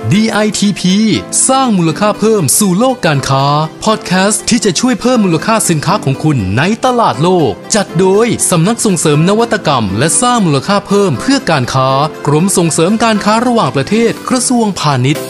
DITP สร้างมูลค่าเพิ่มสู่โลกการค้าพอดแคสต์ที่จะช่วยเพิ่มมูลค่าสินค้าของคุณในตลาดโลกจัดโดยสำนักส่งเสริมนวัตกรรมและสร้างมูลค่าเพิ่มเพื่อการค้ากรมส่งเสริมการค้าระหว่างประเทศกระทรวงพาณิชย์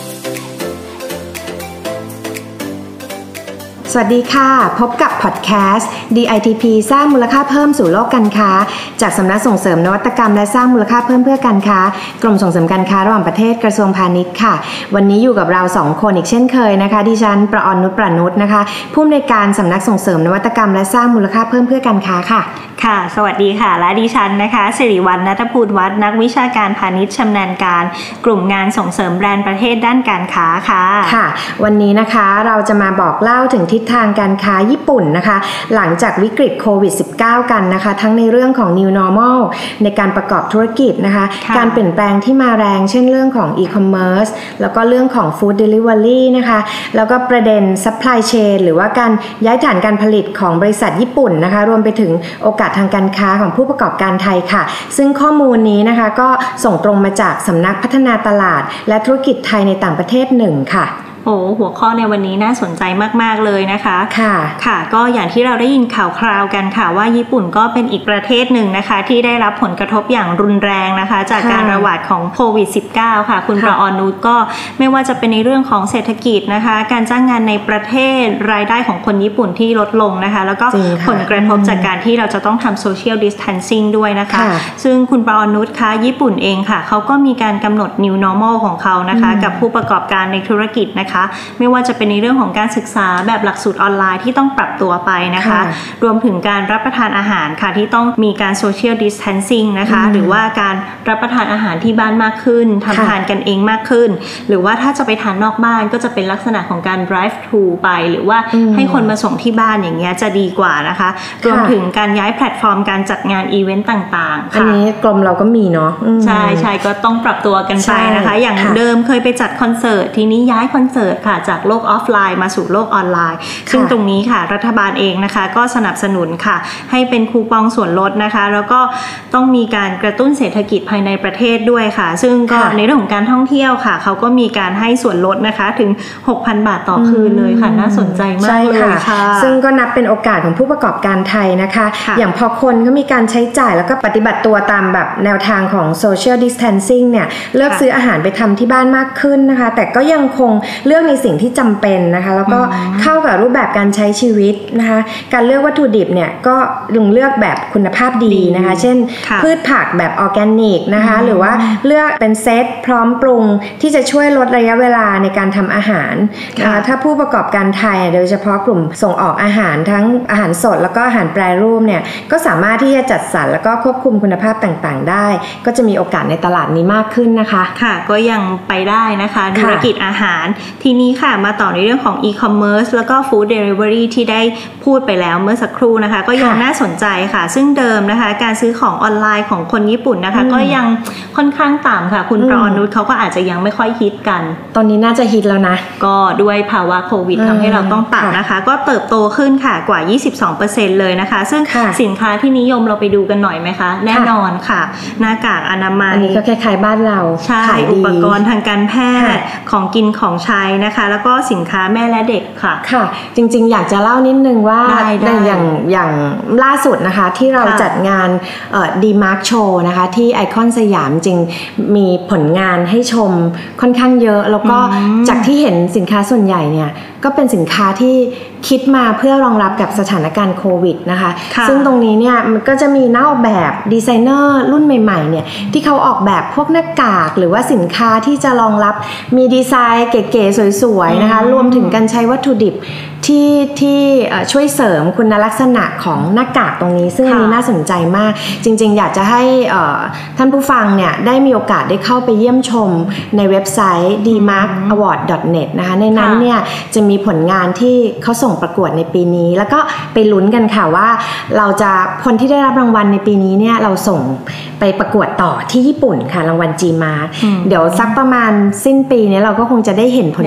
สวัสดีค่ะพบกับพอดแคสต์ DITP สร้างมูลค่าเพิ่มสู่โลกการค้าจากสำนักส่งเสริมนวัตกรรมและสร้างมูลค่าเพิ่มเพื่อการค้ากรมส่งเสริมการค้าระหว่างประเทศกระทรวงพาณิชย์ค่ะวันนี้อยู่กับเรา2คนอีกเช่นเคยนะคะดิฉันประออนนุชประนุชนะคะผู้อำนวยการสำนักส่งเสริมนวัตกรรมและสร้างมูลค่าเพิ่มเพื่อการค้าค่ะค่ะสวัสดีค่ะและดิฉันนะคะสิริวัลย์ ณัฐภูลวัฒน์นักวิชาการพาณิชย์ชำนาญการกลุ่มงานส่งเสริมแบรนด์ประเทศด้านการค้าค่ะค่ะวันนี้นะคะเราจะมาบอกเล่าถึงทิศทางการค้าญี่ปุ่นนะคะหลังจากวิกฤตโควิด -19 กันนะคะทั้งในเรื่องของ New Normal ในการประกอบธุรกิจนะคะการเปลี่ยนแปลงที่มาแรงเช่นเรื่องของ e-commerce แล้วก็เรื่องของ food delivery นะคะแล้วก็ประเด็น supply chain หรือว่าการย้ายฐานการผลิตของบริษัทญี่ปุ่นนะคะรวมไปถึงโอกาสทางการค้าของผู้ประกอบการไทยค่ะซึ่งข้อมูลนี้นะคะก็ส่งตรงมาจากสำนักพัฒนาตลาดและธุรกิจไทยในต่างประเทศ1ค่ะหัวข้อในวันนี้น่าสนใจมากๆเลยนะคะค่ะก็อย่างที่เราได้ยินข่าวคราวกันค่ะว่าญี่ปุ่นก็เป็นอีกประเทศหนึ่งนะคะที่ได้รับผลกระทบอย่างรุนแรงนะคะจากการระบาดของโควิด -19 ค่ะคุณประออนนุชก็ไม่ว่าจะเป็นในเรื่องของเศรษฐกิจนะคะการจ้างงานในประเทศรายได้ของคนญี่ปุ่นที่ลดลงนะคะแล้วก็ผลกระทบจากการที่เราจะต้องทำ social distancing ด้วยนะคะซึ่งคุณประออนนุชคะญี่ปุ่นเองค่ะเขาก็มีการกำหนด new normal ของเขานะคะกับผู้ประกอบการในธุรกิจนะคะไม่ว่าจะเป็นในเรื่องของการศึกษาแบบหลักสูตรออนไลน์ที่ต้องปรับตัวไปนะคะรวมถึงการรับประทานอาหารค่ะที่ต้องมีการ social distancing นะคะหรือว่าการรับประทานอาหารที่บ้านมากขึ้นทำทานกันเองมากขึ้นหรือว่าถ้าจะไปทานนอกบ้านก็จะเป็นลักษณะของการ drive thru ไปหรือว่าให้คนมาส่งที่บ้านอย่างเงี้ยจะดีกว่านะคะรวมถึงการย้ายแพลตฟอร์มการจัดงานอีเวนต์ต่างๆอันนี้กรมเราก็มีเนาะใช่ก็ต้องปรับตัวกันไปนะคะอย่างเดิมเคยไปจัดคอนเสิร์ตทีนี้ย้ายคอนเสิร์ตค่ะจากโลกออฟไลน์มาสู่โลกออนไลน์ซึ่งตรงนี้ค่ะรัฐบาลเองนะคะก็สนับสนุนค่ะให้เป็นคูปองส่วนลดนะคะแล้วก็ต้องมีการกระตุ้นเศรษฐกิจภายในประเทศด้วยค่ะซึ่งก็ในเรื่องของการท่องเที่ยวค่ะเขาก็มีการให้ส่วนลดนะคะถึง 6,000 บาทต่อคืนเลยค่ะน่าสนใจมากเลยค่ะซึ่งก็นับเป็นโอกาสของผู้ประกอบการไทยนะคะอย่างพอคนก็มีการใช้จ่ายแล้วก็ปฏิบัติตัวตามแบบแนวทางของ social distancing เนี่ยเลือกซื้ออาหารไปทำที่บ้านมากขึ้นนะคะแต่ก็ยังคงเลือกในสิ่งที่จำเป็นนะคะแล้วก็เข้ากับรูปแบบการใช้ชีวิตนะคะการเลือกวัตถุดิบเนี่ยก็เลือกแบบคุณภาพดีนะคะเช่นพืชผักแบบออร์แกนิกนะคะหรือว่าเลือกเป็นเซตพร้อมปรุงที่จะช่วยลดระยะเวลาในการทำอาหารนะคะถ้าผู้ประกอบการไทยโดยเฉพาะกลุ่มส่งออกอาหารทั้งอาหารสดแล้วก็อาหารแปรรูปเนี่ยก็สามารถที่จะจัดสรรแล้วก็ควบคุมคุณภาพต่างๆได้ก็จะมีโอกาสในตลาดนี้มากขึ้นนะคะค่ะก็ยังไปได้นะคะธุรกิจอาหารทีนี้ค่ะมาต่อในเรื่องของ e-commerce แล้วก็ food delivery ที่ได้พูดไปแล้วเมื่อสักครู่นะคะก็ยังน่าสนใจค่ะซึ่งเดิมนะคะการซื้อของออนไลน์ของคนญี่ปุ่นนะคะก็ยังค่อนข้างต่ำค่ะคุณประออนนุชเขาก็อาจจะยังไม่ค่อยฮิตกันตอนนี้น่าจะฮิตแล้วนะก็ด้วยภาวะโควิดทำให้เราต้องปรับนะคะก็เติบโตขึ้นค่ะกว่า 22% เลยนะคะซึ่งสินค้าที่นิยมเราไปดูกันหน่อยไหมคะแน่นอนค่ะหน้ากากอนามัยอันนี้ก็คล้ายๆบ้านเราใช่อุปกรณ์ทางการแพทย์ของกินของใช้นะคะแล้วก็สินค้าแม่และเด็กค่ะจริงๆอยากจะเล่านิดนึงว่าอย่างล่าสุดนะคะที่เราจัดงานD-Mark Show นะคะที่ไอคอนสยามจริงมีผลงานให้ชมค่อนข้างเยอะแล้วก็จากที่เห็นสินค้าส่วนใหญ่เนี่ยก็เป็นสินค้าที่คิดมาเพื่อรองรับกับสถานการณ์โควิดนะคะซึ่งตรงนี้เนี่ยมันก็จะมีนักออกแบบดีไซเนอร์รุ่นใหม่ๆเนี่ยที่เขาออกแบบพวกหน้ากากหรือว่าสินค้าที่จะรองรับมีดีไซน์เก๋ๆสวยๆนะคะรวมถึงการใช้วัตถุดิบที่ช่วยเสริมคุณลักษณะของหน้ากากตรงนี้ซึ่งอันนี้น่าสนใจมากจริงๆอยากจะให้ท่านผู้ฟังเนี่ยได้มีโอกาสได้เข้าไปเยี่ยมชมในเว็บไซต์ dmarkaward.net นะคะในนั้นเนี่ยจะมีผลงานที่เขาส่งประกวดในปีนี้แล้วก็ไปลุ้นกันค่ะว่าเราจะคนที่ได้รับรางวัลในปีนี้เนี่ยเราส่งไปประกวดต่อที่ญี่ปุ่นค่ะรางวัล G-Mark เดี๋ยวสักประมาณสิ้นปีนี้เราก็คงจะได้เห็นผล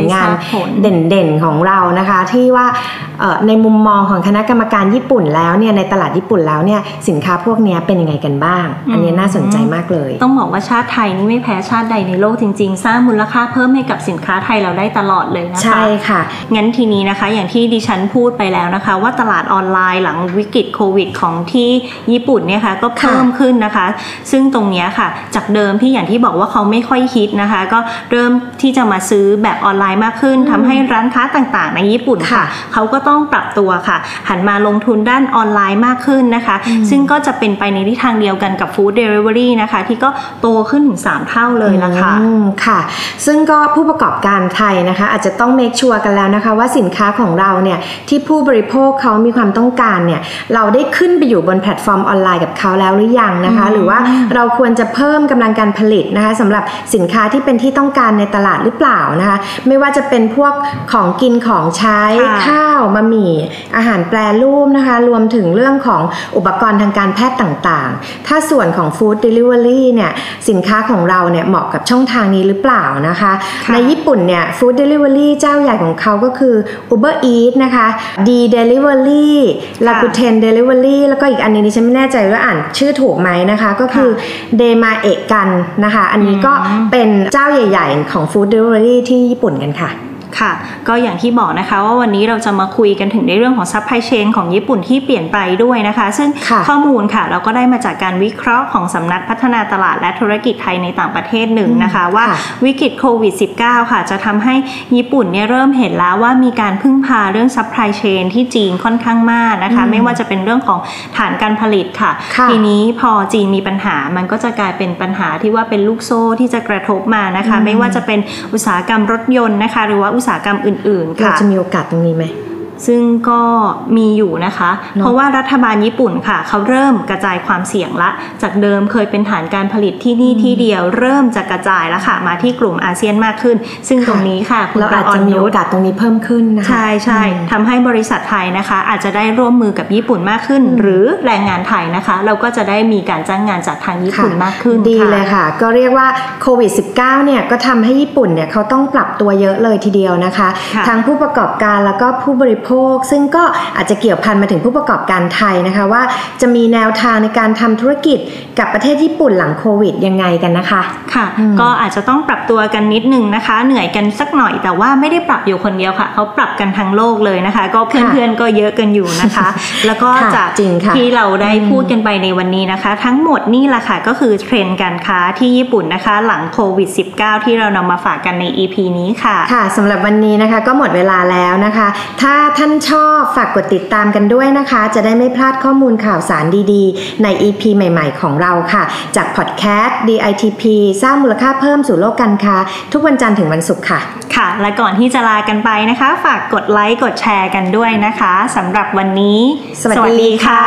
งานเด่นๆของเรานะคะที่ว่าในมุมมองของคณะกรรมการญี่ปุ่นแล้วเนี่ยในตลาดญี่ปุ่นแล้วเนี่ยสินค้าพวกนี้เป็นยังไงกันบ้างอันนี้น่าสนใจมากเลยต้องบอกว่าชาติไทยนี่ไม่แพ้ชาติใดในโลกจริงๆสร้างมูลค่าเพิ่มให้กับสินค้าไทยเราได้ตลอดเลยนะคะใช่ค่ะงั้นทีนี้นะคะอย่างที่ดิฉันพูดไปแล้วนะคะว่าตลาดออนไลน์หลังวิกฤตโควิดของที่ญี่ปุ่นเนี่ยค่ะก็เพิ่มขึ้นนะคะซึ่งตรงนี้ค่ะจากเดิมที่อย่างที่บอกว่าเขาไม่ค่อยฮิตนะคะก็เริ่มที่จะมาซื้อแบบออนไลน์มากขึ้นทำให้ร้านค้าต่างๆในญี่ปุ่นค่ะเขาก็ต้องปรับตัวค่ะหันมาลงทุนด้านออนไลน์มากขึ้นนะคะซึ่งก็จะเป็นไปในทิศทางเดียวกันกับฟู้ดเดลิเวอรี่นะคะที่ก็โตขึ้นถึง3เท่าเลยละค่ะค่ะซึ่งก็ผู้ประกอบการไทยนะคะอาจจะต้องเมคชัวร์กันแล้วนะคะว่าสินค้าของเราเนี่ยที่ผู้บริโภคเขามีความต้องการเนี่ยเราได้ขึ้นไปอยู่บนแพลตฟอร์มออนไลน์กับเขาแล้วหรือยังนะคะหรือว่าเราควรจะเพิ่มกำลังการผลิตนะคะสำหรับสินค้าที่เป็นที่ต้องการในตลาดหรือเปล่านะคะไม่ว่าจะเป็นพวกของกินของใช้ข้าวบะหมี่อาหารแปรรูปนะคะรวมถึงเรื่องของอุปกรณ์ทางการแพทย์ต่างๆถ้าส่วนของฟู้ดเดลิเวอรี่เนี่ยสินค้าของเราเนี่ยเหมาะกับช่องทางนี้หรือเปล่านะคะในญี่ปุ่นเนี่ยฟู้ดเดลิเวอรี่เจ้าใหญ่ของเขาก็คือ Uber Eats นะคะ D Delivery Rakuten Delivery แล้วก็อีกอันนึงดิฉันไม่แน่ใจว่าอ่านชื่อถูกไหมนะคะก็คือ Dema เอะกันนะคะอันนี้ก็เป็นเจ้าใหญ่ๆของฟู้ดเดลิเวอรี่ที่ญี่ปุ่นกันค่ะค่ะก็อย่างที่บอกนะคะว่าวันนี้เราจะมาคุยกันถึงในเรื่องของซัพพลายเชนของญี่ปุ่นที่เปลี่ยนไปด้วยนะคะซึ่งข้อมูลค่ะเราก็ได้มาจากการวิเคราะห์ของสำนักพัฒนาตลาดและธุรกิจไทยในต่างประเทศหนึ่งนะคะว่าวิกฤตโควิด -19 ค่ะจะทำให้ญี่ปุ่นเนี่ยเริ่มเห็นแล้วว่ามีการพึ่งพาเรื่องซัพพลายเชนที่จีนค่อนข้างมากนะคะไม่ว่าจะเป็นเรื่องของฐานการผลิตค่ะทีนี้พอจีนมีปัญหามันก็จะกลายเป็นปัญหาที่ว่าเป็นลูกโซ่ที่จะกระทบมานะคะไม่ว่าจะเป็นอุตสาหกรรมรถยนต์นะคะหรือว่าอุตสาหกรรมอื่นๆค่ะเราจะมีโอกาสตรงนี้ไหมซึ่งก็มีอยู่นะคะเพราะว่ารัฐบาลญี่ปุ่นค่ะเขาเริ่มกระจายความเสี่ยงละจากเดิมเคยเป็นฐานการผลิตที่นี่ที่เดียวเริ่มจะกระจายแล้วค่ะมาที่กลุ่มอาเซียนมากขึ้นซึ่งตรงนี้ค่ะคุณเราอาจจะมีโอกาสตรงนี้เพิ่มขึ้นนะคะใช่ใช่ทำให้บริษัทไทยนะคะอาจจะได้ร่วมมือกับญี่ปุ่นมากขึ้นหรือแรงงานไทยนะคะเราก็จะได้มีการจ้างงานจากทางญี่ปุ่นมากขึ้นดีเลยค่ะก็เรียกว่าโควิด -19 เนี่ยก็ทำให้ญี่ปุ่นเนี่ยเขาต้องปรับตัวเยอะเลยทีเดียวนะคะทั้งผู้ประกอบการแล้วก็ผู้บริโภคซึ่งก็อาจจะเกี่ยวพันมาถึงผู้ประกอบการไทยนะคะว่าจะมีแนวทางในการทำธุรกิจกับประเทศญี่ปุ่นหลังโควิดยังไงกันนะคะค่ะก็อาจจะต้องปรับตัวกันนิดนึงนะคะเหนื่อยกันสักหน่อยแต่ว่าไม่ได้ปรับอยู่คนเดียวค่ะเขาปรับกันทั้งโลกเลยนะคะก็เพื่อนๆก็เยอะกันอยู่นะคะแล้วก็จากที่เราได้พูดกันไปในวันนี้นะคะทั้งหมดนี่แหละค่ะก็คือเทรนด์การค้าที่ญี่ปุ่นนะคะหลังโควิด -19 ที่เรานำมาฝากกันใน EP นี้ค่ะค่ะสำหรับวันนี้นะคะก็หมดเวลาแล้วนะคะถ้าท่านชอบฝากกดติดตามกันด้วยนะคะจะได้ไม่พลาดข้อมูลข่าวสารดีๆใน EP ใหม่ๆของเราค่ะจากพอดแคสต์ DITP สร้างมูลค่าเพิ่มสู่โลกการค้าทุกวันจันทร์ถึงวันศุกร์ค่ะค่ะและก่อนที่จะลากันไปนะคะฝากกดไลค์กดแชร์กันด้วยนะคะสำหรับวันนี้สวัสดีค่ะ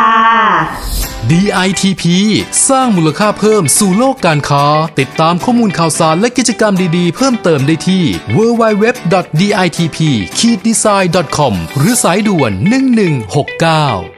DITP สร้างมูลค่าเพิ่มสู่โลกการค้าติดตามข้อมูลข่าวสารและกิจกรรมดีๆเพิ่มเติมได้ที่ www.ditp-design.com หรือสายด่วน1169